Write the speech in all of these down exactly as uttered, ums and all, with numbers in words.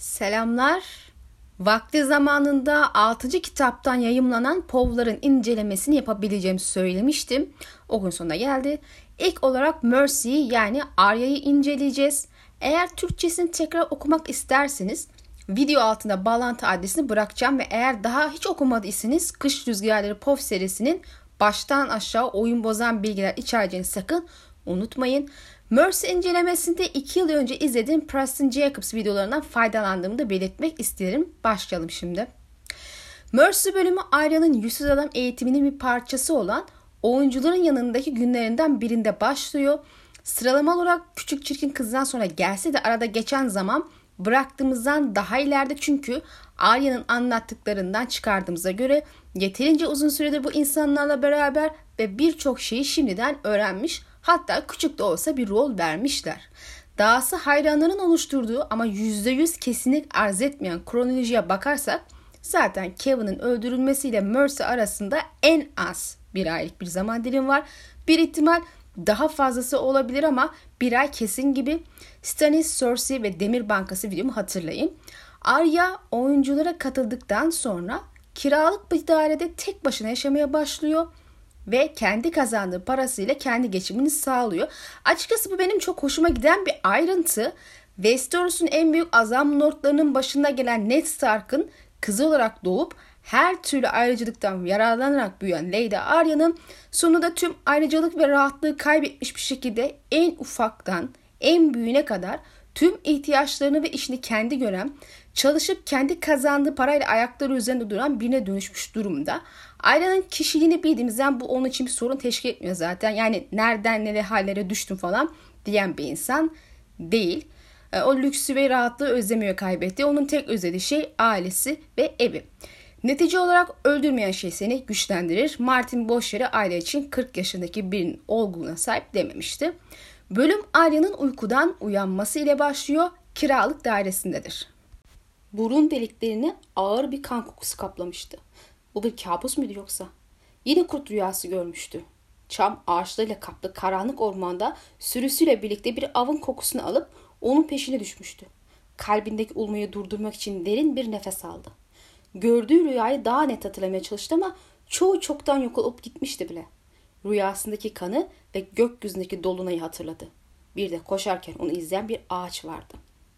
Selamlar. Vakti zamanında altıncı kitaptan yayımlanan Pov'ların incelemesini yapabileceğimi söylemiştim. O gün sonuna geldi. İlk olarak Mercy'yi yani Arya'yı inceleyeceğiz. Eğer Türkçesini tekrar okumak isterseniz video altında bağlantı adresini bırakacağım ve eğer daha hiç okumadıysanız Kış Rüzgarları Pov serisinin baştan aşağı oyun bozan bilgiler içereceğini sakın unutmayın. Mercy incelemesinde iki yıl önce izlediğim Preston Jacobs videolarından faydalandığımı da belirtmek isterim. Başlayalım şimdi. Mercy bölümü Arya'nın yüzsüz adam eğitiminin bir parçası olan oyuncuların yanındaki günlerinden birinde başlıyor. Sıralama olarak Küçük Çirkin Kızdan sonra gelse de arada geçen zaman bıraktığımızdan daha ileride, çünkü Arya'nın anlattıklarından çıkardığımıza göre yeterince uzun süredir bu insanlarla beraber ve birçok şeyi şimdiden öğrenmiş. Hatta küçük de olsa bir rol vermişler. Dahası hayranların oluşturduğu ama yüzde yüz kesinlik arz etmeyen kronolojiye bakarsak zaten Kevin'in öldürülmesiyle Mercy arasında en az bir aylık bir zaman dilimi var. Bir ihtimal daha fazlası olabilir ama bir ay kesin gibi. Stannis, Cersei ve Demir Bankası videomu hatırlayın. Arya oyunculara katıldıktan sonra kiralık bir dairede tek başına yaşamaya başlıyor ve kendi kazandığı parasıyla kendi geçimini sağlıyor. Açıkçası bu benim çok hoşuma giden bir ayrıntı. Westeros'un en büyük azam lordlarının başında gelen Ned Stark'ın kızı olarak doğup her türlü ayrıcalıktan yararlanarak büyüyen Lady Arya'nın sonunda tüm ayrıcalık ve rahatlığı kaybetmiş bir şekilde en ufaktan en büyüğüne kadar tüm ihtiyaçlarını ve işini kendi gören, çalışıp kendi kazandığı parayla ayakları üzerinde duran birine dönüşmüş durumda. Arya'nın kişiliğini bildiğimizden bu onun için bir sorun teşkil etmiyor zaten. Yani nereden nereye hallere düştüm falan diyen bir insan değil. O lüksü ve rahatlığı özlemiyor, kaybetti. Onun tek özlediği şey ailesi ve evi. Netice olarak öldürmeyen şey seni güçlendirir. Martin boş yere aile için kırk yaşındaki birinin olgunluğuna sahip dememişti. Bölüm Arya'nın uykudan uyanması ile başlıyor. Kiralık dairesindedir. Burun deliklerini ağır bir kan kokusu kaplamıştı. Bu bir kabus muydu yoksa? Yine kurt rüyası görmüştü. Çam ağaçlarıyla kaplı karanlık ormanda sürüsüyle birlikte bir avın kokusunu alıp onun peşine düşmüştü. Kalbindeki ulmayı durdurmak için derin bir nefes aldı. Gördüğü rüyayı daha net hatırlamaya çalıştı ama çoğu çoktan yok olup gitmişti bile. Rüyasındaki kanı ve gökyüzündeki dolunayı hatırladı. Bir de koşarken onu izleyen bir ağaç vardı.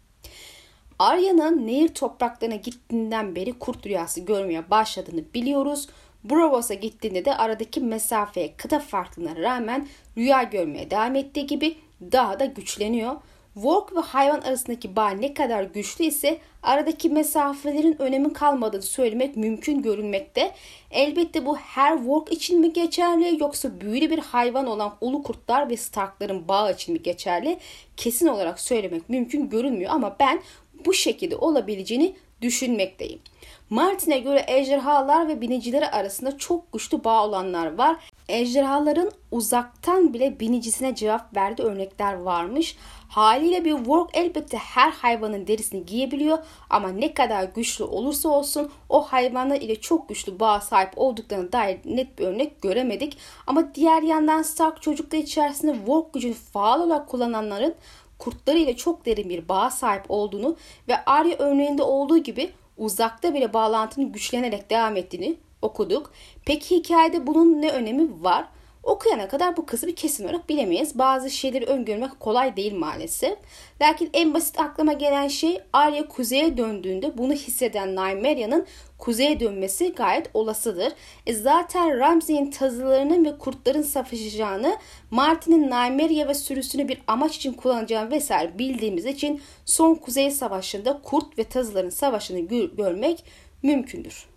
Arya'nın nehir topraklarına gittiğinden beri kurt rüyası görmeye başladığını biliyoruz. Bravos'a gittiğinde de aradaki mesafeye, kıta farklılığına rağmen rüya görmeye devam ettiği gibi daha da güçleniyor. Work ve hayvan arasındaki bağ ne kadar güçlü ise aradaki mesafelerin önemi kalmadığını söylemek mümkün görünmekte. Elbette bu her Work için mi geçerli yoksa büyülü bir hayvan olan ulu kurtlar ve Stark'ların bağı için mi geçerli? Kesin olarak söylemek mümkün görünmüyor ama ben bu şekilde olabileceğini düşünmekteyim. Martin'e göre ejderhalar ve binicileri arasında çok güçlü bağ olanlar var. Ejderhaların uzaktan bile binicisine cevap verdiği örnekler varmış. Haliyle bir Work elbette her hayvanın derisini giyebiliyor ama ne kadar güçlü olursa olsun o hayvanlar ile çok güçlü bağ sahip olduklarına dair net bir örnek göremedik. Ama diğer yandan Stark çocukları içerisinde Work gücünü faal olarak kullananların kurtları ile çok derin bir bağ sahip olduğunu ve Arya örneğinde olduğu gibi uzakta bile bağlantının güçlenerek devam ettiğini okuduk. Peki hikayede bunun ne önemi var? Okuyana kadar bu kısmı kesin olarak bilemeyiz. Bazı şeyleri öngörmek kolay değil maalesef. Lakin en basit aklıma gelen şey Arya kuzeye döndüğünde bunu hisseden Nymeria'nın kuzeye dönmesi gayet olasıdır. E zaten Ramsay'in tazılarının ve kurtların savaşacağını, Martin'in Nymeria ve sürüsünü bir amaç için kullanacağını vesaire bildiğimiz için son Kuzey Savaşı'nda kurt ve tazıların savaşını gö- görmek mümkündür.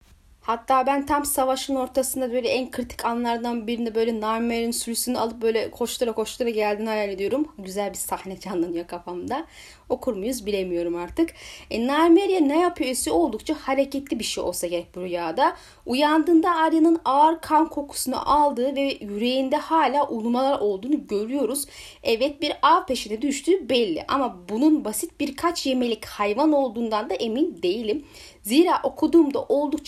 Hatta ben tam savaşın ortasında böyle en kritik anlardan birinde böyle Narmer'in sürüsünü alıp böyle koştura koştura geldiğini hayal ediyorum. Güzel bir sahne canlanıyor kafamda. Okur muyuz bilemiyorum artık. E, Narmeria ne yapıyorsa oldukça hareketli bir şey olsa gerek bu rüyada. Uyandığında Arya'nın ağır kan kokusunu aldığı ve yüreğinde hala ulumalar olduğunu görüyoruz. Evet, bir av peşine düştüğü belli ama bunun basit birkaç yemelik hayvan olduğundan da emin değilim. Zira okuduğumda oldukça vahşi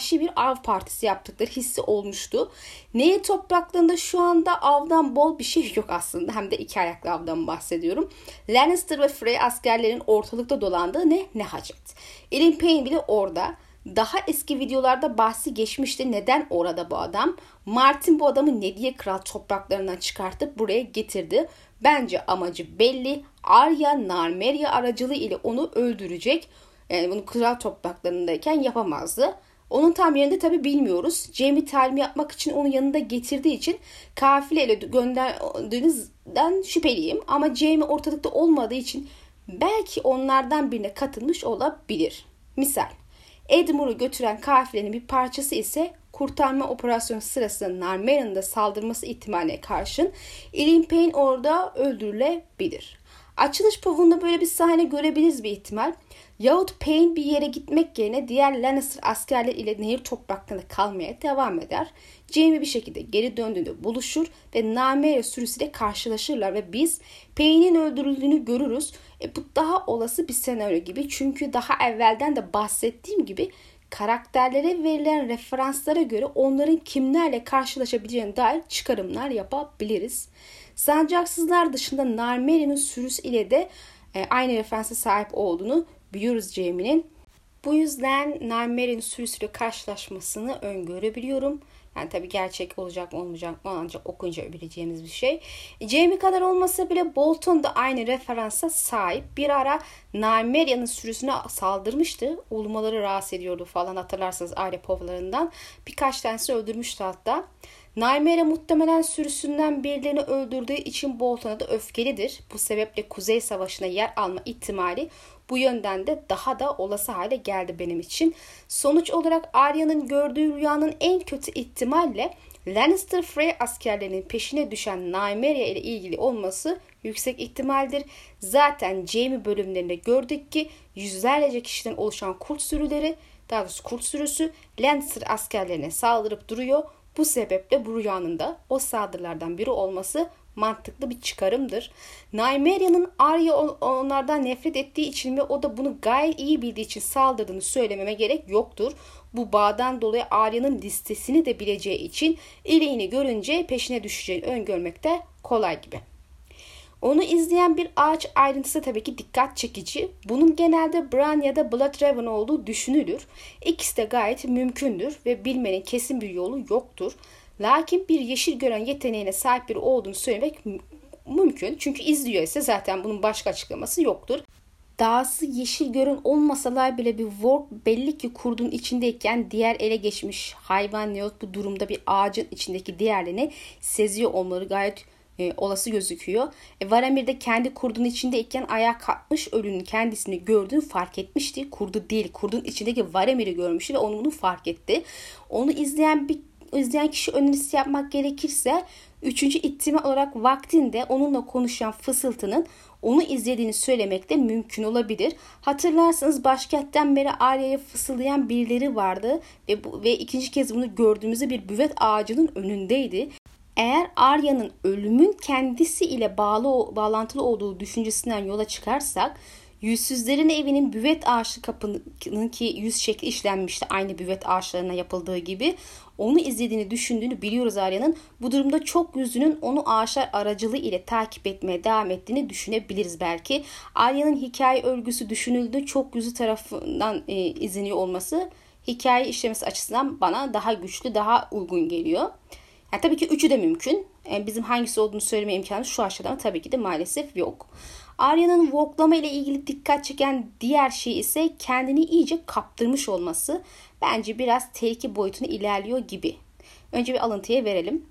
vahşi bir av partisi yaptıkları hissi olmuştu. Nehir topraklarında şu anda avdan bol bir şey yok aslında. Hem de iki ayaklı avdan bahsediyorum. Lannister ve Frey askerlerin ortalıkta dolandığı ne ne hacet. Ilyn Payne bile orada. Daha eski videolarda bahsi geçmişti. Neden orada bu adam? Martin bu adamı ne diye kral topraklarından çıkartıp buraya getirdi? Bence amacı belli. Arya Narmerya aracılığı ile onu öldürecek. Yani bunu kral topraklarındayken yapamazdı. Onun tam yerini de tabii bilmiyoruz. Jaime talim yapmak için onu yanında getirdiği için kafileyle gönderdiğinizden şüpheliyim. Ama Jaime ortalıkta olmadığı için belki onlardan birine katılmış olabilir. Misal, Edmure'u götüren kafilenin bir parçası ise kurtarma operasyonu sırasında Narmerya'nın da saldırması ihtimaline karşın Ilyn Payne orada öldürülebilir. Açılış povunda böyle bir sahne görebiliriz bir ihtimal. Yahut Payne bir yere gitmek yerine diğer Lannister askerler ile nehir topraklarında kalmaya devam eder. Jaime bir şekilde geri döndüğünde buluşur ve Narmerya sürüsüyle karşılaşırlar ve biz Payne'in öldürüldüğünü görürüz. E, bu daha olası bir senaryo gibi, çünkü daha evvelden de bahsettiğim gibi karakterlere verilen referanslara göre onların kimlerle karşılaşabileceğine dair çıkarımlar yapabiliriz. Sancaksızlar dışında Narmerya'nın sürüsü ile de e, aynı referansa sahip olduğunu biliyoruz Jaime'nin. Bu yüzden Narmerya'nın sürüsüyle karşılaşmasını öngörebiliyorum. Yani tabii gerçek olacak mı olmayacak mı ancak okuyunca bileceğimiz bir şey. Jaime kadar olmasa bile Bolton da aynı referansa sahip. Bir ara Narmerya'nın sürüsüne saldırmıştı. Ulumaları rahatsız ediyordu falan, hatırlarsanız aile povlarından. Birkaç tanesi öldürmüştü hatta. Nymeria muhtemelen sürüsünden birilerini öldürdüğü için Bolton'a da öfkelidir. Bu sebeple Kuzey Savaşı'na yer alma ihtimali bu yönden de daha da olası hale geldi benim için. Sonuç olarak Arya'nın gördüğü rüyanın en kötü ihtimalle Lannister Frey askerlerinin peşine düşen Nymeria ile ilgili olması yüksek ihtimaldir. Zaten Jaime bölümlerinde gördük ki yüzlerce kişiden oluşan kurt sürüleri, daha doğrusu kurt sürüsü Lannister askerlerine saldırıp duruyor. Bu sebeple bu rüyanın da o saldırılardan biri olması mantıklı bir çıkarımdır. Nymeria'nın Arya onlardan nefret ettiği için ve o da bunu gayet iyi bildiği için saldırdığını söylememe gerek yoktur. Bu bağdan dolayı Arya'nın listesini de bileceği için Ilyn'i görünce peşine düşeceğini öngörmek de kolay gibi. Onu izleyen bir ağaç ayrıntısı tabii ki dikkat çekici. Bunun genelde Bran ya da Bloodraven olduğu düşünülür. İkisi de gayet mümkündür ve bilmenin kesin bir yolu yoktur. Lakin bir yeşil gören yeteneğine sahip biri olduğunu söylemek mümkün. Çünkü izliyor ise zaten bunun başka açıklaması yoktur. Dahası yeşil gören olmasalar bile bir Warg belli ki kurdun içindeyken diğer ele geçmiş hayvan yahut bu durumda bir ağacın içindeki diğerlerini seziyor olmaları gayet E, olası gözüküyor. E, Varamir de kendi kurdun içindeyken ayağa kalkmış, ölünün kendisini gördüğünü fark etmişti. Kurdu değil, kurdun içindeki Varamir'i görmüştü ve onu bunu fark etti. Onu izleyen bir izleyen kişi önerisi yapmak gerekirse üçüncü ihtimal olarak vaktinde onunla konuşan fısıltının onu izlediğini söylemek de mümkün olabilir. Hatırlarsanız başkentten beri Arya'ya fısıldayan birileri vardı ve, bu, ve ikinci kez bunu gördüğümüzde bir büvet ağacının önündeydi. Eğer Arya'nın ölümün kendisi ile bağlı bağlantılı olduğu düşüncesinden yola çıkarsak, yüzsüzlerin evinin büvet ağaçlı kapının ki yüz şekli işlenmişti aynı büvet ağaçlarına yapıldığı gibi, onu izlediğini düşündüğünü biliyoruz Arya'nın. Bu durumda çok yüzünün onu ağaçlar aracılığı ile takip etmeye devam ettiğini düşünebiliriz belki. Arya'nın hikaye örgüsü düşünüldü, çok yüzü tarafından e, izleniyor olması hikaye işlemesi açısından bana daha güçlü, daha uygun geliyor. Yani tabii ki üçü de mümkün. Yani bizim hangisi olduğunu söyleme imkanı şu aşağıdan tabii ki de maalesef yok. Arya'nın Warglama ile ilgili dikkat çeken diğer şey ise kendini iyice kaptırmış olması. Bence biraz tehlike boyutuna ilerliyor gibi. Önce bir alıntıya verelim.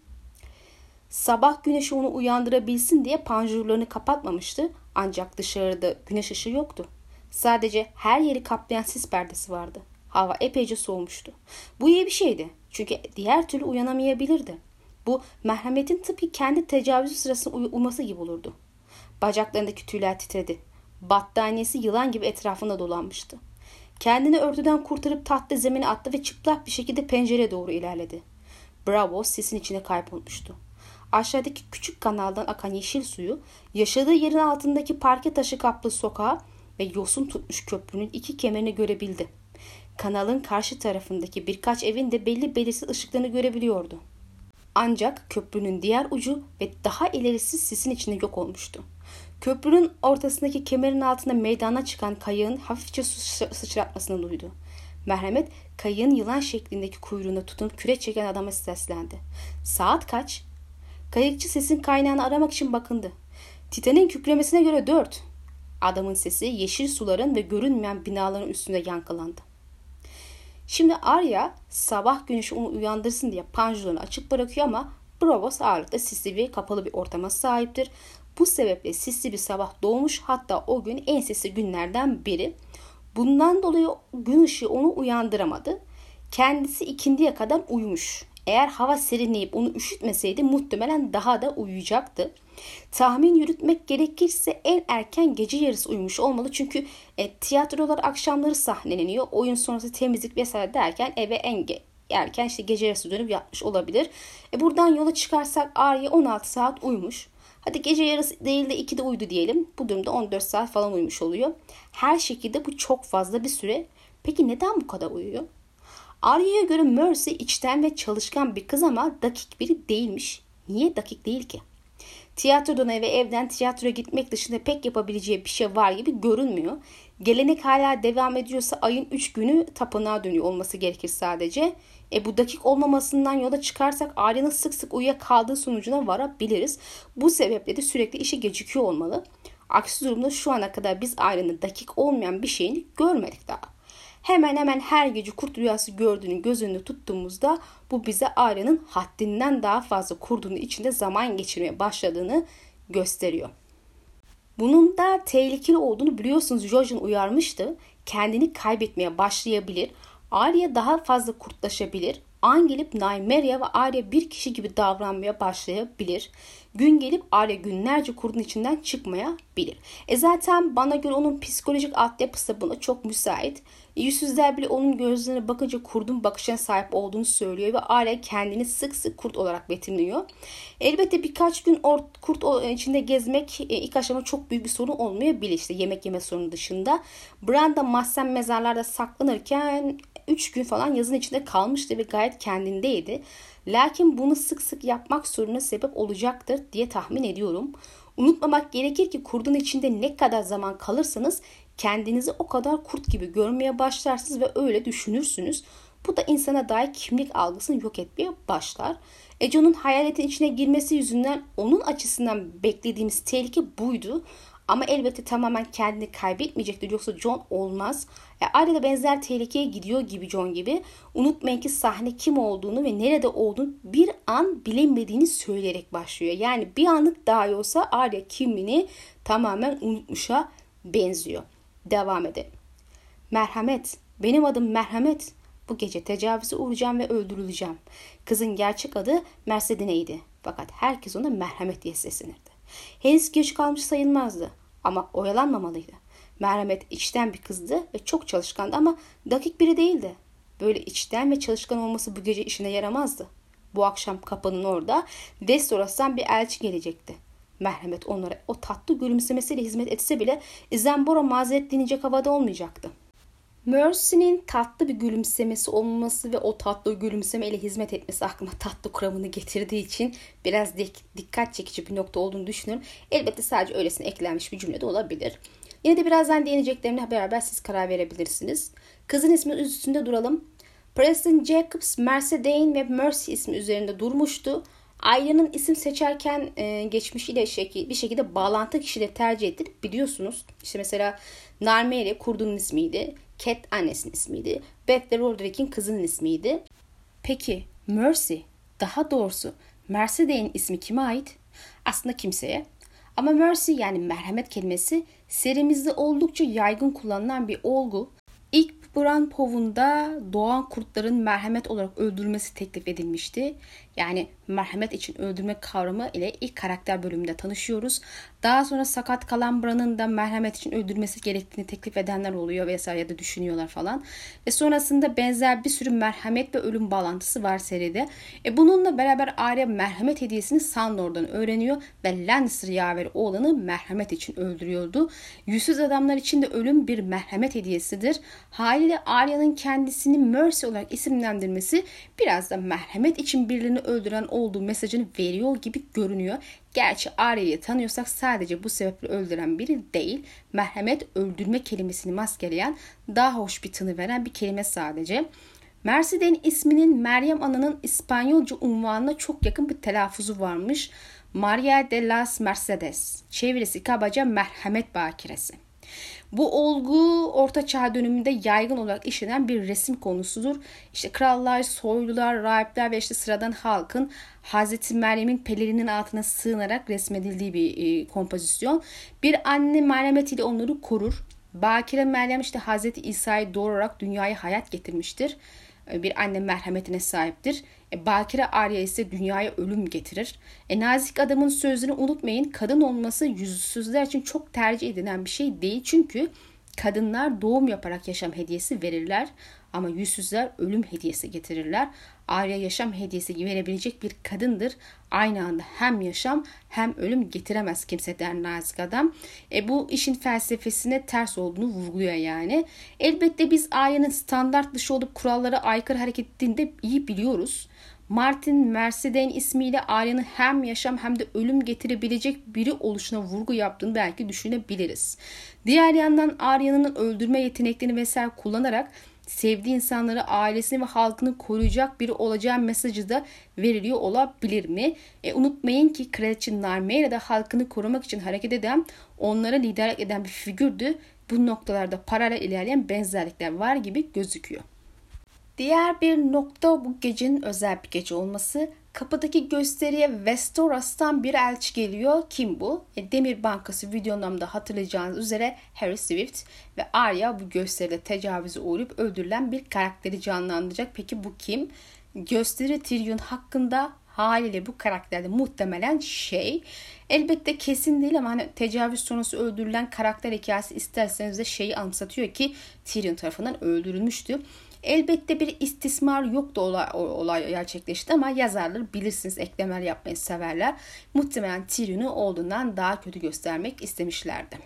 Sabah güneşi onu uyandırabilsin diye panjurlarını kapatmamıştı. Ancak dışarıda güneş ışığı yoktu. Sadece her yeri kaplayan sis perdesi vardı. Hava epeyce soğumuştu. Bu iyi bir şeydi. Çünkü diğer türlü uyanamayabilirdi. Bu merhametin tıpkı kendi tecavüzü sırasında uyuması gibi olurdu. Bacaklarındaki tüyler titredi. Battaniyesi yılan gibi etrafında dolanmıştı. Kendini örtüden kurtarıp tahta zemine attı ve çıplak bir şekilde pencereye doğru ilerledi. Bravo sisin içine kaybolmuştu. Aşağıdaki küçük kanaldan akan yeşil suyu, yaşadığı yerin altındaki parke taşı kaplı sokağı ve yosun tutmuş köprünün iki kemerini görebildi. kanalın karşı tarafındaki birkaç evin de belli belirsiz ışıklarını görebiliyordu. Ancak köprünün diğer ucu ve daha ilerisi sisin içinde yok olmuştu. Köprünün ortasındaki kemerin altında meydana çıkan kayığın hafifçe sıçratmasını duydu. Merhamet kayığın yılan şeklindeki kuyruğuna tutunup kürek çeken adama seslendi. Saat kaç? Kayıkçı sesin kaynağını aramak için bakındı. Titanik'in kükremesine göre dört. Adamın sesi yeşil suların ve görünmeyen binaların üstünde yankılandı. Şimdi Arya sabah güneşi onu uyandırsın diye panjurunu açık bırakıyor ama Braavos ağırlıkta sisli ve kapalı bir ortama sahiptir. Bu sebeple sisli bir sabah doğmuş, hatta o gün en sisli günlerden biri. Bundan dolayı gün ışığı onu uyandıramadı. Kendisi ikindiye kadar uyumuş. Eğer hava serinleyip onu üşütmeseydi muhtemelen daha da uyuyacaktı. Tahmin yürütmek gerekirse en erken gece yarısı uyumuş olmalı. Çünkü e, tiyatrolar akşamları sahneleniyor. Oyun sonrası temizlik vesaire derken eve en ge- erken işte gece yarısı dönüp yatmış olabilir. E, buradan yola çıkarsak Arya on altı saat uyumuş. Hadi gece yarısı değil de ikide uyudu diyelim. Bu durumda on dört saat falan uyumuş oluyor. Her şekilde bu çok fazla bir süre. Peki neden bu kadar uyuyor? Arya'ya göre Mercy içten ve çalışkan bir kız ama dakik biri değilmiş. Niye dakik değil ki? Tiyatrodan eve, evden tiyatroya gitmek dışında pek yapabileceği bir şey var gibi görünmüyor. Gelenek hala devam ediyorsa ayın üç günü tapınağa dönüyor olması gerekir sadece. E bu dakik olmamasından yola çıkarsak Arya'nın sık sık uyuyakaldığı sonucuna varabiliriz. Bu sebeple de sürekli işe gecikiyor olmalı. Aksi durumda şu ana kadar biz Arya'nın dakik olmayan bir şeyini görmedik daha. Hemen hemen her gece kurt rüyası gördüğünü göz önünde tuttuğumuzda bu bize Arya'nın haddinden daha fazla kurdunun içinde zaman geçirmeye başladığını gösteriyor. Bunun da tehlikeli olduğunu biliyorsunuz. Jojen uyarmıştı. Kendini kaybetmeye başlayabilir. Arya daha fazla kurtlaşabilir. An gelip Nymeria ve Arya bir kişi gibi davranmaya başlayabilir. Gün gelip Arya günlerce kurdun içinden çıkmayabilir. E zaten bana göre onun psikolojik altyapısı buna çok müsait. Yüzsüzler bile onun gözlerine bakınca kurdun bakışına sahip olduğunu söylüyor ve Arya kendini sık sık kurt olarak betimliyor. Elbette birkaç gün kurt içinde gezmek ilk aşama çok büyük bir sorun olmayabilir. İşte yemek yeme sorunu dışında. Bran da mahzen mezarlarda saklanırken üç gün falan yazın içinde kalmıştı ve gayet kendindeydi. Lakin bunu sık sık yapmak sorununa sebep olacaktır diye tahmin ediyorum. Unutmamak gerekir ki kurdun içinde ne kadar zaman kalırsanız kendinizi o kadar kurt gibi görmeye başlarsınız ve öyle düşünürsünüz. Bu da insana dair kimlik algısını yok etmeye başlar. E Jon'un hayaletin içine girmesi yüzünden onun açısından beklediğimiz tehlike buydu. Ama elbette tamamen kendini kaybetmeyecektir. Yoksa Jon olmaz. E, Arya da benzer tehlikeye gidiyor gibi Jon gibi. Unutmayın ki sahne kim olduğunu ve nerede olduğunu bir an bilemediğini söyleyerek başlıyor. Yani bir anlık dahi olsa Arya kimliğini tamamen unutmuşa benziyor. Devam edelim. Merhamet. Benim adım Merhamet. Bu gece tecavüze uğrayacağım ve öldürüleceğim. Kızın gerçek adı Mercedene'ydi. Fakat herkes ona Merhamet diye seslenirdi. Henüz geç kalmış sayılmazdı ama oyalanmamalıydı. Merhamet içten bir kızdı ve çok çalışkandı ama dakik biri değildi. Böyle içten ve çalışkan olması bu gece işine yaramazdı. Bu akşam kapının orada Destoras'tan bir elçi gelecekti. Merhamet onlara o tatlı gülümsemesiyle hizmet etse bile Zambora mazeret dinleyecek havada olmayacaktı. Mercy'nin tatlı bir gülümsemesi olması ve o tatlı gülümsemeyle hizmet etmesi aklıma tatlı kuramını getirdiği için biraz dik- dikkat çekici bir nokta olduğunu düşünüyorum. Elbette sadece öylesine eklenmiş bir cümle de olabilir. Yine de birazdan değineceklerimle beraber siz karar verebilirsiniz. Kızın ismi üstünde duralım. Preston Jacobs, Mercedes ve Mercy ismi üzerinde durmuştu. Arya'nın isim seçerken e, geçmişiyle şekil, bir şekilde bağlantı kişileri tercih ettirip biliyorsunuz. İşte mesela Nymeria kurdunun ismiydi. Cat annesinin ismiydi. Beth de Roderick'in kızının ismiydi. Peki Mercy, daha doğrusu Mercedes'in ismi kime ait? Aslında kimseye. Ama Mercy yani merhamet kelimesi serimizde oldukça yaygın kullanılan bir olgu. İlk Bran Pov'unda doğan kurtların merhamet olarak öldürülmesi teklif edilmişti. Yani merhamet için öldürme kavramı ile ilk karakter bölümünde tanışıyoruz. Daha sonra sakat kalan Bran'ın da merhamet için öldürmesi gerektiğini teklif edenler oluyor vesaire ya da düşünüyorlar falan. Ve sonrasında benzer bir sürü merhamet ve ölüm bağlantısı var seride. E bununla beraber Arya merhamet hediyesini Sandor'dan öğreniyor ve Lannister yaveri oğlanı merhamet için öldürüyordu. Yüzsüz adamlar için de ölüm bir merhamet hediyesidir. Haliyle Arya'nın kendisini Mercy olarak isimlendirmesi biraz da merhamet için birilerini öldüren olduğu mesajını veriyor gibi görünüyor. Gerçi Arya'yı tanıyorsak sadece bu sebeple öldüren biri değil. Merhamet öldürme kelimesini maskeleyen, daha hoş bir tını veren bir kelime sadece. Mercedes isminin Meryem Ana'nın İspanyolca unvanına çok yakın bir telaffuzu varmış. Maria de las Mercedes. Çevirisi kabaca merhamet bakiresi. Bu olgu Orta Çağ döneminde yaygın olarak işlenen bir resim konusudur. İşte krallar, soylular, rahipler ve işte sıradan halkın Hazreti Meryem'in pelerinin altına sığınarak resmedildiği bir e, kompozisyon. Bir anne merhametiyle onları korur. Bakire Meryem işte Hazreti İsa'yı doğurarak dünyaya hayat getirmiştir. Bir anne merhametine sahiptir. E, Bakire Arya ise dünyaya ölüm getirir. E, nazik adamın sözünü unutmayın. Kadın olması yüzsüzler için çok tercih edilen bir şey değil. Çünkü kadınlar doğum yaparak yaşam hediyesi verirler. Ama yüzsüzler ölüm hediyesi getirirler. Arya yaşam hediyesi verebilecek bir kadındır. Aynı anda hem yaşam hem ölüm getiremez kimse der nazik adam. E, bu işin felsefesine ters olduğunu vurguluyor yani. Elbette biz Arya'nın standart dışı olup kurallara aykırı hareket ettiğini de iyi biliyoruz. Martin Mercedes ismiyle Arya'nın hem yaşam hem de ölüm getirebilecek biri oluşuna vurgu yaptığını belki düşünebiliriz. Diğer yandan Arya'nın öldürme yeteneklerini vesaire kullanarak sevdiği insanları, ailesini ve halkını koruyacak biri olacağı mesajı da veriliyor olabilir mi? E, unutmayın ki Kraliçe Nymeria da halkını korumak için hareket eden, onlara liderlik eden bir figürdü. Bu noktalarda paralel ilerleyen benzerlikler var gibi gözüküyor. Diğer bir nokta bu gecenin özel bir gece olması. Kapıdaki gösteriye Westeros'tan bir elçi geliyor. Kim bu? E, Demir Bankası videomda hatırlayacağınız üzere Harry Swift ve Arya bu gösteride tecavüze uğrayıp öldürülen bir karakteri canlandıracak. Peki bu kim? Gösteri Tyrion hakkında, haliyle bu karakterde muhtemelen şey. Elbette kesin değil ama hani tecavüz sonrası öldürülen karakter hikayesi isterseniz de şeyi anımsatıyor ki Tyrion tarafından öldürülmüştü. Elbette bir istismar yoktu, olay, olay gerçekleşti ama yazarlar bilirsiniz eklemeler yapmayı severler. Muhtemelen Tyrion'u olduğundan daha kötü göstermek istemişlerdi.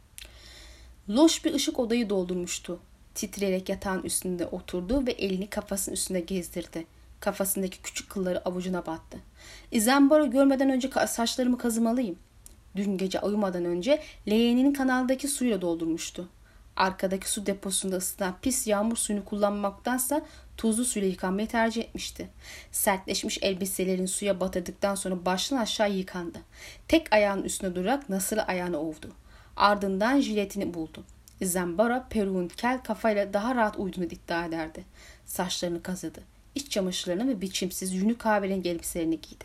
Loş bir ışık odayı doldurmuştu. Titreyerek yatağın üstünde oturdu ve elini kafasının üstünde gezdirdi. Kafasındaki küçük kılları avucuna battı. İzambar'ı görmeden önce saçlarımı kazımalıyım. Dün gece uyumadan önce leğeninin kanaldaki suyla doldurmuştu. Arkadaki su deposunda ısıtan pis yağmur suyunu kullanmaktansa tuzlu suyla yıkanmayı tercih etmişti. Sertleşmiş elbiselerini suya batırdıktan sonra baştan aşağı yıkandı. Tek ayağının üstüne durarak Nasır'ı ayağını ovdu. Ardından jiletini buldu. Zambara peruğun kel kafayla daha rahat uyduğunu iddia ederdi. Saçlarını kazıdı. İç çamaşırlarını ve biçimsiz yünlü kahverengi elbiselerini giydi.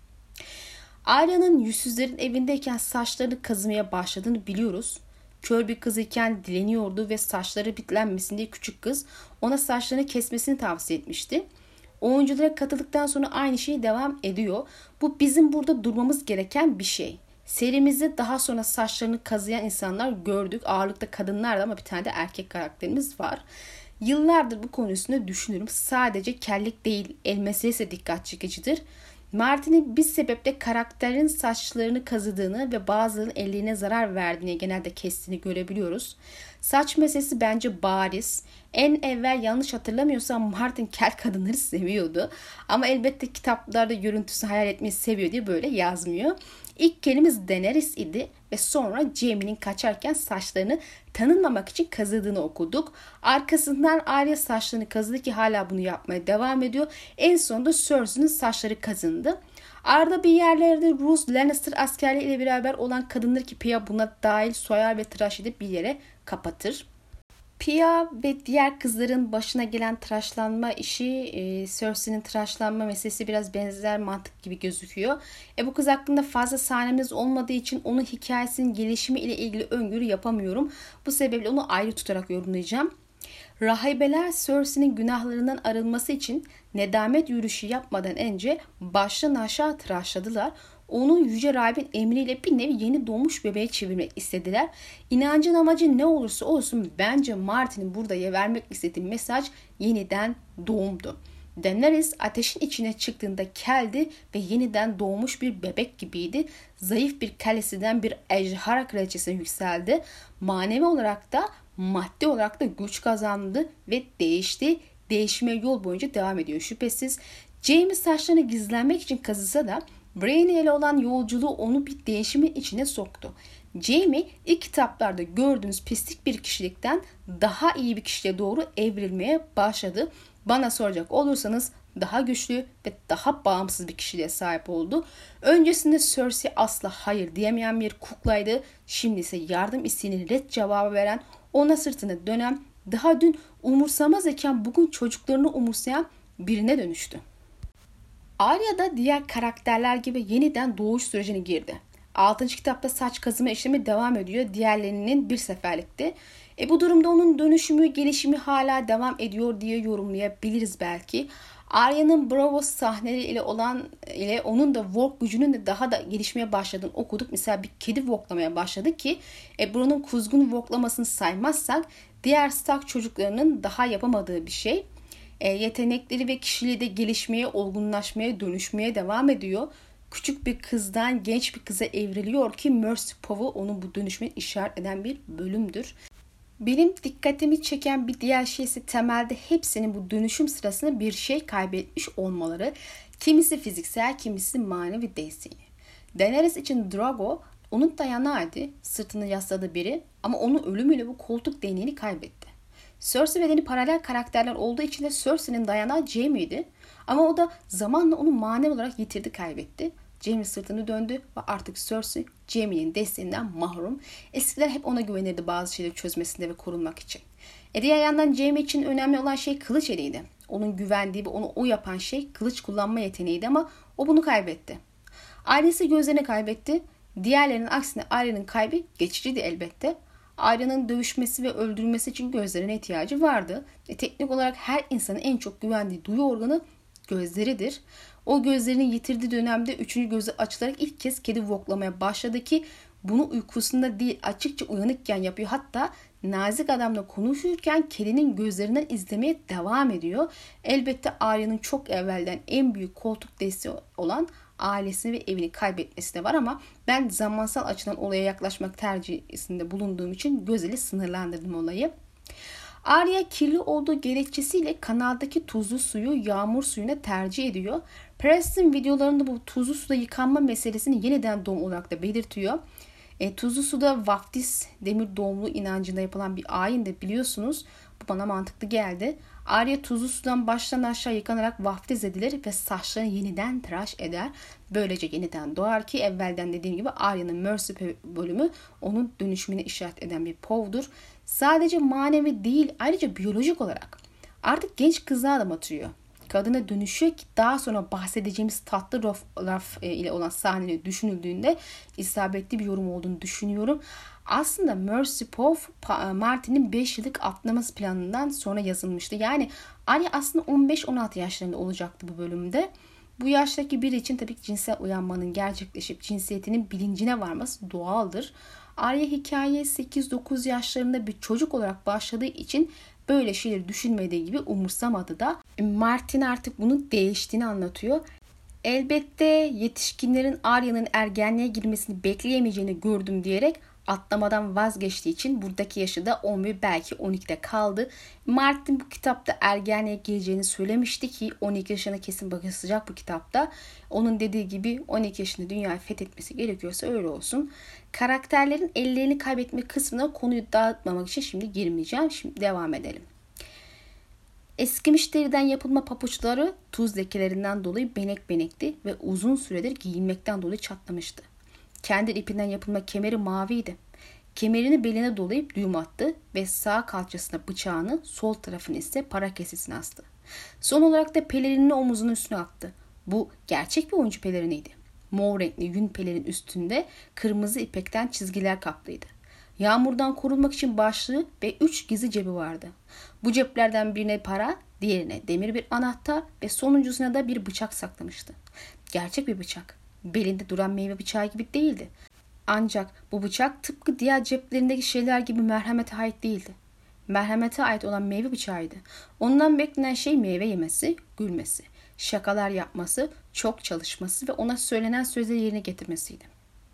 Arya'nın yüzsüzlerin evindeyken saçlarını kazımaya başladığını biliyoruz. Kör bir kız iken dileniyordu ve saçları bitlenmesin diye küçük kız ona saçlarını kesmesini tavsiye etmişti. Oyunculara katıldıktan sonra aynı şey devam ediyor. Bu bizim burada durmamız gereken bir şey. Serimizde daha sonra saçlarını kazıyan insanlar gördük. Ağırlıkta kadınlardı ama bir tane de erkek karakterimiz var. Yıllardır bu konu üstünde düşünürüm. Sadece kellik değil, el meselesi dikkat çekicidir. Martin'in bir sebeple karakterin saçlarını kazıdığını ve bazılarının ellerine zarar verdiğini, genelde kestiğini görebiliyoruz. Saç meselesi bence bariz. En evvel yanlış hatırlamıyorsam Martin kel kadınları seviyordu. Ama elbette kitaplarda görüntüsünü hayal etmeyi seviyor diye böyle yazmıyor. İlk kelimemiz Daenerys idi ve sonra Jaime'nin kaçarken saçlarını tanınmamak için kazıdığını okuduk. Arkasından Arya saçlarını kazıdı ki hala bunu yapmaya devam ediyor. En sonunda Cersei'nin saçları kazındı. Arada bir yerlerde Roose Lannister askerleriyle beraber olan kadınları ki Pia buna dahil soyar ve tıraş edip bir yere kapatır. Pia ve diğer kızların başına gelen tıraşlanma işi, e, Cersei'nin tıraşlanma meselesi biraz benzer mantık gibi gözüküyor. E, bu kız hakkında fazla sahnemiz olmadığı için onun hikayesinin gelişimi ile ilgili öngörü yapamıyorum. Bu sebeple onu ayrı tutarak yorumlayacağım. Rahibeler Cersei'nin günahlarından arınması için nedamet yürüyüşü yapmadan önce baştan aşağı tıraşladılar. Onu yüce rahibin emriyle bir nevi yeni doğmuş bebeğe çevirmek istediler. İnancın amacı ne olursa olsun bence Martin'in burada vermek istediği mesaj yeniden doğumdu. Daenerys ateşin içine çıktığında keldi ve yeniden doğmuş bir bebek gibiydi. Zayıf bir kalesinden bir ejderha kraliçesine yükseldi. Manevi olarak da maddi olarak da güç kazandı ve değişti. Değişime yol boyunca devam ediyor şüphesiz. Jaime saçlarını gizlenmek için kazısa da Brienne ile olan yolculuğu onu bir değişimin içine soktu. Jaime ilk kitaplarda gördüğünüz pislik bir kişilikten daha iyi bir kişiliğe doğru evrilmeye başladı. Bana soracak olursanız daha güçlü ve daha bağımsız bir kişiliğe sahip oldu. Öncesinde Cersei asla hayır diyemeyen bir kuklaydı. Şimdi ise yardım isteğine red cevabı veren, ona sırtını dönen, daha dün umursamaz iken bugün çocuklarını umursayan birine dönüştü. Arya da diğer karakterler gibi yeniden doğuş sürecine girdi. altıncı kitapta saç kazıma işlemi devam ediyor. Diğerlerinin bir seferlikti. E bu durumda onun dönüşümü, gelişimi hala devam ediyor diye yorumlayabiliriz belki. Arya'nın Braavos sahneleri ile olan ile onun da walk gücünün de daha da gelişmeye başladığını okuduk. Mesela bir kedi walklamaya başladı ki e bunun kuzgun walklamasını saymazsak diğer Stark çocuklarının daha yapamadığı bir şey. E, yetenekleri ve kişiliği de gelişmeye, olgunlaşmaya, dönüşmeye devam ediyor. Küçük bir kızdan genç bir kıza evriliyor ki Mercy Pow'u onun bu dönüşümü işaret eden bir bölümdür. Benim dikkatimi çeken bir diğer şey ise temelde hepsinin bu dönüşüm sırasında bir şey kaybetmiş olmaları. Kimisi fiziksel, kimisi manevi desteği. Daenerys için Drogo onun dayanağıydı, sırtını yasladığı biri ama onun ölümüyle bu koltuk değneğini kaybetti. Cersei bedeni paralel karakterler olduğu için de Cersei'nin dayanağı Jaime'ydi. Ama o da zamanla onu manevi olarak yitirdi, kaybetti. Jaime sırtını döndü ve artık Cersei Jaime'nin desteğinden mahrum. Eskiler hep ona güvenirdi bazı şeyleri çözmesinde ve korunmak için. E diğer yandan Jaime için önemli olan şey kılıç eliydi. Onun güvendiği ve onu o yapan şey kılıç kullanma yeteneğiydi ama o bunu kaybetti. Ailesi gözlerini kaybetti. Diğerlerinin aksine Arya'nın kaybı geçiciydi elbette. Arya'nın dövüşmesi ve öldürülmesi için gözlerine ihtiyacı vardı. E, teknik olarak her insanın en çok güvendiği duyu organı gözleridir. O gözlerini yitirdiği dönemde üçüncü gözü açılarak ilk kez kedi voklamaya başladı ki bunu uykusunda değil açıkça uyanıkken yapıyor. Hatta nazik adamla konuşurken kedinin gözlerinden izlemeye devam ediyor. Elbette Arya'nın çok evvelden en büyük koltuk desteği olan ailesini ve evini kaybetmesi de var ama ben zamansal açıdan olaya yaklaşmak tercihinde bulunduğum için gözeli sınırlandırdım olayı. Arya kirli olduğu gerekçesiyle kanaldaki tuzlu suyu yağmur suyuna tercih ediyor. Preston videolarında bu tuzlu suda yıkanma meselesini yeniden doğum olarak da belirtiyor. E, tuzlu suda vaftiz demir doğumlu inancında yapılan bir ayin de biliyorsunuz. Bu bana mantıklı geldi. Arya tuzlu sudan baştan aşağı yıkanarak vaftiz edilir ve saçlarını yeniden tıraş eder. Böylece yeniden doğar ki evvelden dediğim gibi Arya'nın Mercy bölümü onun dönüşümüne işaret eden bir povdur. Sadece manevi değil ayrıca biyolojik olarak artık genç kızlığa da batırıyor. Kadına dönüşüyor ki daha sonra bahsedeceğimiz tatlı laf, laf ile olan sahneleri düşünüldüğünde isabetli bir yorum olduğunu düşünüyorum. Aslında Mercy Pow Martin'in beş yıllık atlaması planından sonra yazılmıştı. Yani Arya aslında on beş on altı yaşlarında olacaktı bu bölümde. Bu yaştaki biri için tabii ki cinsel uyanmanın gerçekleşip cinsiyetinin bilincine varması doğaldır. Arya hikayeye sekiz dokuz yaşlarında bir çocuk olarak başladığı için böyle şeyleri düşünmediği gibi umursamadı da. Martin artık bunun değiştiğini anlatıyor. Elbette yetişkinlerin Arya'nın ergenliğe girmesini bekleyemeyeceğini gördüm diyerek atlamadan vazgeçtiği için buradaki yaşı da on bir belki on ikide kaldı. Martin bu kitapta ergenliğe gireceğini söylemişti ki on iki yaşına kesin bakılacak bu kitapta. Onun dediği gibi on iki yaşında dünyayı fethetmesi gerekiyorsa öyle olsun. Karakterlerin ellerini kaybetme kısmına konuyu dağıtmamak için şimdi girmeyeceğim. Şimdi devam edelim. Eskimiş deriden yapılma papuçları tuz lekelerinden dolayı benek benekti ve uzun süredir giyinmekten dolayı çatlamıştı. Kendi ipinden yapılma kemeri maviydi. Kemerini beline dolayıp düğüm attı ve sağ kalçasına bıçağını, sol tarafını ise para kesesine astı. Son olarak da pelerinini omuzunun üstüne attı. Bu gerçek bir oyuncu peleriniydi. Mor renkli yün pelerin üstünde kırmızı ipekten çizgiler kaplıydı. Yağmurdan korunmak için başlığı ve üç gizli cebi vardı. Bu ceplerden birine para, diğerine demir bir anahtar ve sonuncusuna da bir bıçak saklamıştı. Gerçek bir bıçak. Belinde duran meyve bıçağı gibi değildi. Ancak bu bıçak tıpkı diğer ceplerindeki şeyler gibi merhamete ait değildi. Merhamete ait olan meyve bıçağıydı. Ondan beklenen şey meyve yemesi, gülmesi, şakalar yapması, çok çalışması ve ona söylenen sözleri yerine getirmesiydi.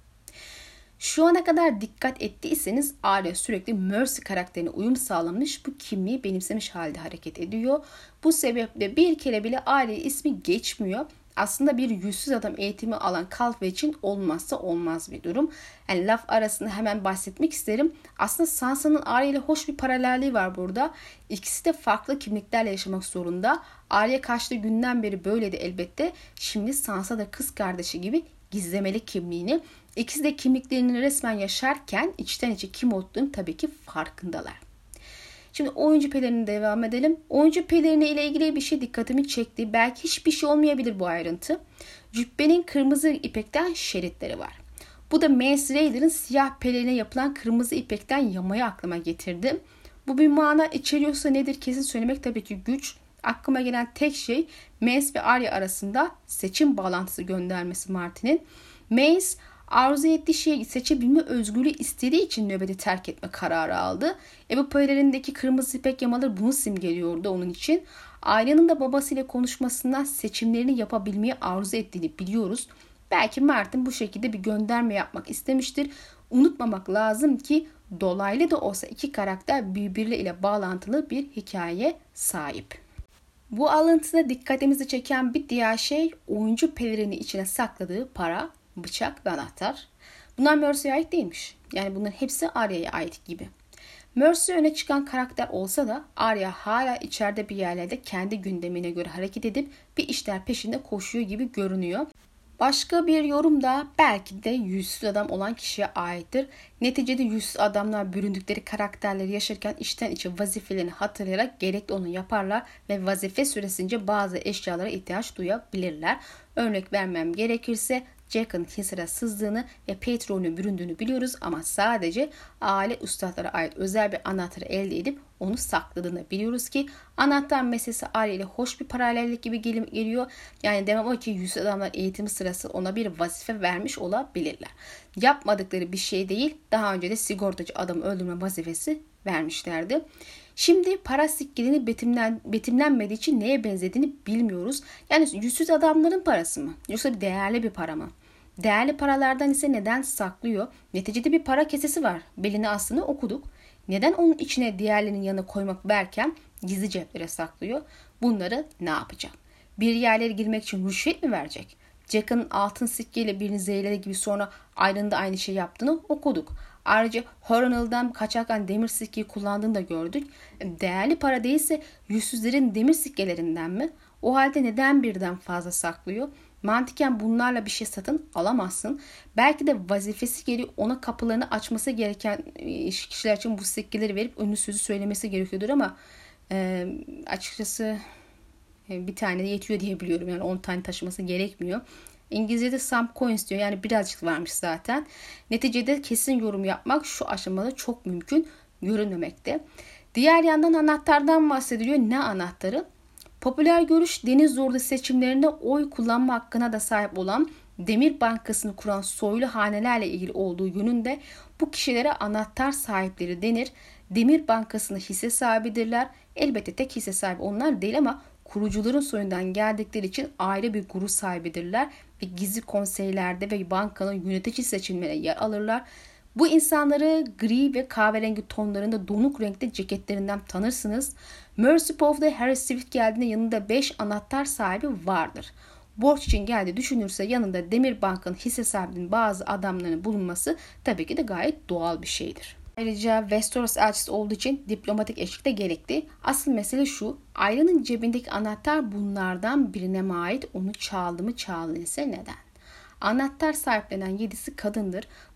Şu ana kadar dikkat ettiyseniz Arya sürekli Mercy karakterine uyum sağlamış, bu kimliği benimsemiş halde hareket ediyor. Bu sebeple bir kere bile Arya ismi geçmiyor. Aslında bir yüzsüz adam eğitimi alan Calvin için olmazsa olmaz bir durum. Yani laf arasında hemen bahsetmek isterim. Aslında Sansa'nın Arya ile hoş bir paralelliği var burada. İkisi de farklı kimliklerle yaşamak zorunda. Arya kaçtığı günden beri böyleydi elbette. Şimdi Sansa da kız kardeşi gibi gizlemeli kimliğini. İkisi de kimliklerini resmen yaşarken içten içe kim olduğunu tabii ki farkındalar. Şimdi oyuncu pelerinine devam edelim. Oyuncu pelerini ile ilgili bir şey dikkatimi çekti. Belki hiçbir şey olmayabilir bu ayrıntı. Cübbenin kırmızı ipekten şeritleri var. Bu da Mance Rayder'ın siyah pelerine yapılan kırmızı ipekten yamayı aklıma getirdi. Bu bir mana içeriyorsa nedir kesin söylemek tabii ki güç. Aklıma gelen tek şey Mance ve Arya arasında seçim bağlantısı göndermesi Martin'in. Mance arzu ettiği şeyi seçebilme özgürlüğü istediği için nöbeti terk etme kararı aldı. E bu pelerindeki kırmızı ipek yamaları bunu simgeliyordu onun için. Arya'nın da babasıyla konuşmasından seçimlerini yapabilmeyi arzu ettiğini biliyoruz. Belki Martin bu şekilde bir gönderme yapmak istemiştir. Unutmamak lazım ki dolaylı da olsa iki karakter birbirleriyle bağlantılı bir hikayeye sahip. Bu alıntıda dikkatimizi çeken bir diğer şey oyuncu pelerini içine sakladığı para, bıçak ve anahtar. Bunlar Mercy'ye ait değilmiş. Yani bunların hepsi Arya'ya ait gibi. Mercy öne çıkan karakter olsa da Arya hala içeride bir yerlerde kendi gündemine göre hareket edip bir işler peşinde koşuyor gibi görünüyor. Başka bir yorum da belki de yüzsüz adam olan kişiye aittir. Neticede yüzsüz adamlar büründükleri karakterleri yaşarken içten içe vazifelerini hatırlayarak gerekli onu yaparlar ve vazife süresince bazı eşyalara ihtiyaç duyabilirler. Örnek vermem gerekirse Jaqen Hisar'a sızdığını ve Patreon'u büründüğünü biliyoruz ama sadece aile üstadlara ait özel bir anahtarı elde edip onu sakladığını biliyoruz ki anahtar meselesi Arya ile hoş bir paralellik gibi geliyor. Yani demem o ki yüzsüz adamlar eğitimi sırası ona bir vazife vermiş olabilirler. Yapmadıkları bir şey değil, daha önce de sigortacı adamı öldürme vazifesi vermişlerdi. Şimdi para sikkelerini betimlen, betimlenmediği için neye benzediğini bilmiyoruz. Yani yüzsüz adamların parası mı? Yoksa bir değerli bir para mı? Değerli paralardan ise neden saklıyor? Neticede bir para kesesi var. Belini aslında okuduk. Neden onun içine diğerlerinin yanına koymak verken gizli ceplere saklıyor? Bunları ne yapacak? Bir yerlere girmek için rüşvet mi verecek? Jaqen'ın altın sikkeyle birini zehirlediği gibi sonra ayrında aynı şey yaptığını okuduk. Ayrıca Horanal'dan kaçarken demir sikkeyi kullandığını da gördük. Değerli para değilse yüzsüzlerin demir sikkelerinden mi? O halde neden birden fazla saklıyor? Mantıken bunlarla bir şey satın alamazsın. Belki de vazifesi gereği ona kapılarını açması gereken kişiler için bu sikkeleri verip ünlü sözü söylemesi gerekiyordur ama e, açıkçası bir tane de yetiyor diye biliyorum. Yani on tane taşıması gerekmiyor. İngilizce'de some coins diyor. Yani birazcık varmış zaten. Neticede kesin yorum yapmak şu aşamada çok mümkün görünmemekte. Diğer yandan anahtardan bahsediliyor. Ne anahtarı? Popüler görüş deniz zorlu seçimlerinde oy kullanma hakkına da sahip olan Demir Bankası'nı kuran soylu hanelerle ilgili olduğu yönünde bu kişilere anahtar sahipleri denir. Demir Bankası'nın hisse sahibidirler. Elbette tek hisse sahibi onlar değil ama kurucuların soyundan geldikleri için ayrı bir gurur sahibidirler ve gizli konseylerde ve bankanın yönetici seçimlerine yer alırlar. Bu insanları gri ve kahverengi tonlarında donuk renkte ceketlerinden tanırsınız. Mercy Pov'da Harry Swift geldiğinde yanında beş anahtar sahibi vardır. Borç için geldi düşünürse yanında Demir Bank'ın hisse sahibinin bazı adamlarının bulunması tabii ki de gayet doğal bir şeydir. Ayrıca Westeros elçisi olduğu için diplomatik eşlik de gerekli. Asıl mesele şu, Arya'nın cebindeki anahtar bunlardan birine mi ait, onu çaldı mı çaldıysa neden? Anahtar sahiplenen yedisi kadındır.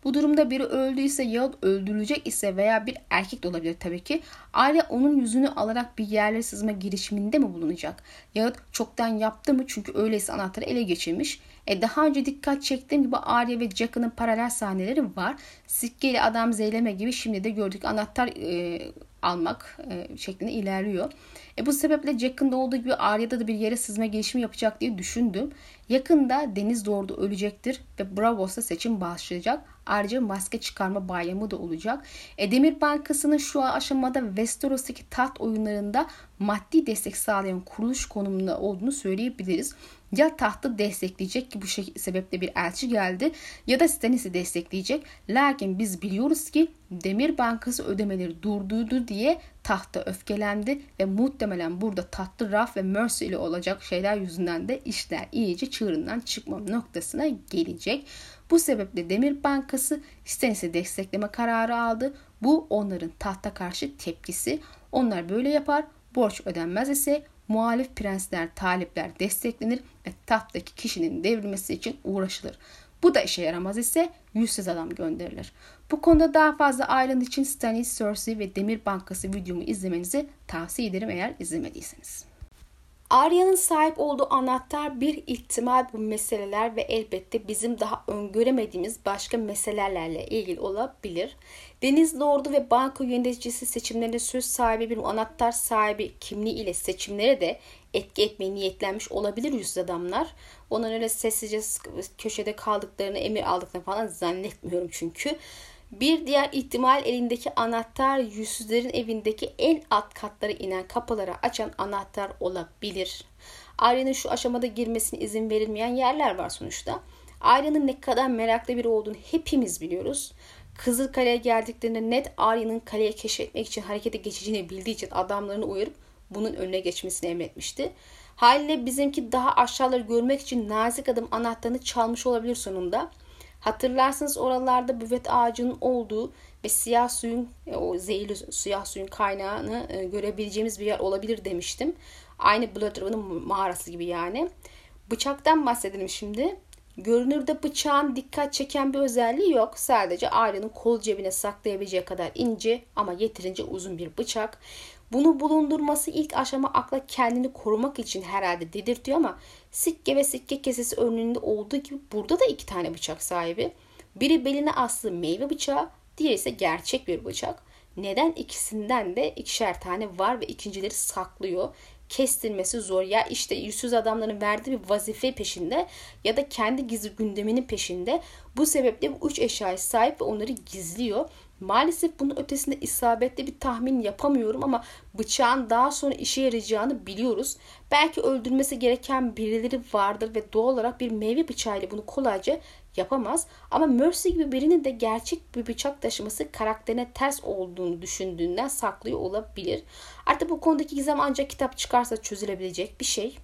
Bu durumda biri öldüyse yahut öldürülecek ise veya bir erkek de olabilir tabii ki, Arya onun yüzünü alarak bir yerlere sızma girişiminde mi bulunacak? Yahut çoktan yaptı mı, çünkü öyleyse anahtarı ele geçirmiş. E daha önce dikkat çektiğim gibi Arya ve Jaqen'ın paralel sahneleri var. Sikke ile adam zeyleme gibi şimdi de gördük, anahtar e, almak e, şeklinde ilerliyor. E bu sebeple Jaqen'da olduğu gibi Arya'da da bir yere sızma girişimi yapacak diye düşündüm. Yakında Deniz Lord'u ölecektir ve Braavos'ta seçim başlayacak. Ayrıca maske çıkarma bayramı da olacak. E Demir Bankası'nın şu aşamada Westeros'taki taht oyunlarında maddi destek sağlayan kuruluş konumunda olduğunu söyleyebiliriz. Ya tahtı destekleyecek ki bu şey, sebeple bir elçi geldi, ya da Stannis'i destekleyecek. Lakin biz biliyoruz ki Demir Bankası ödemeleri durdurdu diye tahta öfkelendi ve muhtemelen burada tatlı Raf ve Mercy ile olacak şeyler yüzünden de işler iyice çığırından çıkma noktasına gelecek. Bu sebeple Demir Bankası Stannis'i destekleme kararı aldı. Bu onların tahta karşı tepkisi. Onlar böyle yapar. Borç ödenmez ise muhalif prensler, talipler desteklenir ve tahttaki kişinin devrilmesi için uğraşılır. Bu da işe yaramaz ise yüzsüz adam gönderilir. Bu konuda daha fazla ayrıntı için Stannis, Cersei ve Demir Bankası videomu izlemenizi tavsiye ederim eğer izlemediyseniz. Arya'nın sahip olduğu anahtar bir ihtimal, bu meseleler ve elbette bizim daha öngöremediğimiz başka meselelerle ilgili olabilir. Deniz Lordu ve banka yöneticisi seçimlerinde söz sahibi bir anahtar sahibi kimliği ile seçimlere de etki etmeye niyetlenmiş olabilir yüzsüz adamlar. Onların öyle sessizce köşede kaldıklarını, emir aldıklarını falan zannetmiyorum çünkü. Bir diğer ihtimal, elindeki anahtar yüzsüzlerin evindeki en alt katlara inen kapıları açan anahtar olabilir. Arya'nın şu aşamada girmesine izin verilmeyen yerler var sonuçta. Arya'nın ne kadar meraklı biri olduğunu hepimiz biliyoruz. Kızılkale'ye geldiklerinde Ned Arya'nın kaleyi keşfetmek için harekete geçeceğini bildiği için adamlarını uyarıp bunun önüne geçmesini emretmişti. Haliyle bizimki daha aşağıları görmek için nazik adım anahtarını çalmış olabilir sonunda. Hatırlarsınız oralarda büvet ağacının olduğu ve siyah suyun, o zehirli siyah suyun kaynağını e, görebileceğimiz bir yer olabilir demiştim. Aynı Blood River'ın mağarası gibi yani. Bıçaktan bahsedelim şimdi. Görünürde bıçağın dikkat çeken bir özelliği yok. Sadece Arya'nın kol cebine saklayabileceği kadar ince ama yeterince uzun bir bıçak. Bunu bulundurması ilk aşama akla kendini korumak için herhalde dedirtiyor ama sikke ve sikke kesesi önünde olduğu gibi burada da iki tane bıçak sahibi. Biri beline aslı meyve bıçağı, diğeri ise gerçek bir bıçak. Neden ikisinden de ikişer tane var ve ikincileri saklıyor? Kestirmesi zor. Ya işte yüzsüz adamların verdiği bir vazife peşinde ya da kendi gizli gündeminin peşinde. Bu sebeple bu üç eşyaya sahip ve onları gizliyor. Maalesef bunun ötesinde isabetli bir tahmin yapamıyorum ama bıçağın daha sonra işe yarayacağını biliyoruz. Belki öldürmesi gereken birileri vardır ve doğal olarak bir meyve bıçağıyla bunu kolayca yapamaz. Ama Mercy gibi birinin de gerçek bir bıçak taşıması karakterine ters olduğunu düşündüğünden saklıyor olabilir. Artık bu konudaki gizem ancak kitap çıkarsa çözülebilecek bir şey.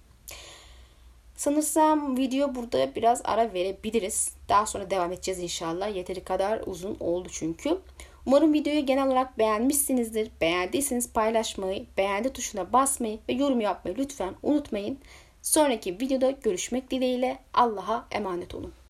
Sanırsam video burada biraz ara verebiliriz. Daha sonra devam edeceğiz inşallah. Yeteri kadar uzun oldu çünkü. Umarım videoyu genel olarak beğenmişsinizdir. Beğendiyseniz paylaşmayı, beğendi tuşuna basmayı ve yorum yapmayı lütfen unutmayın. Sonraki videoda görüşmek dileğiyle. Allah'a emanet olun.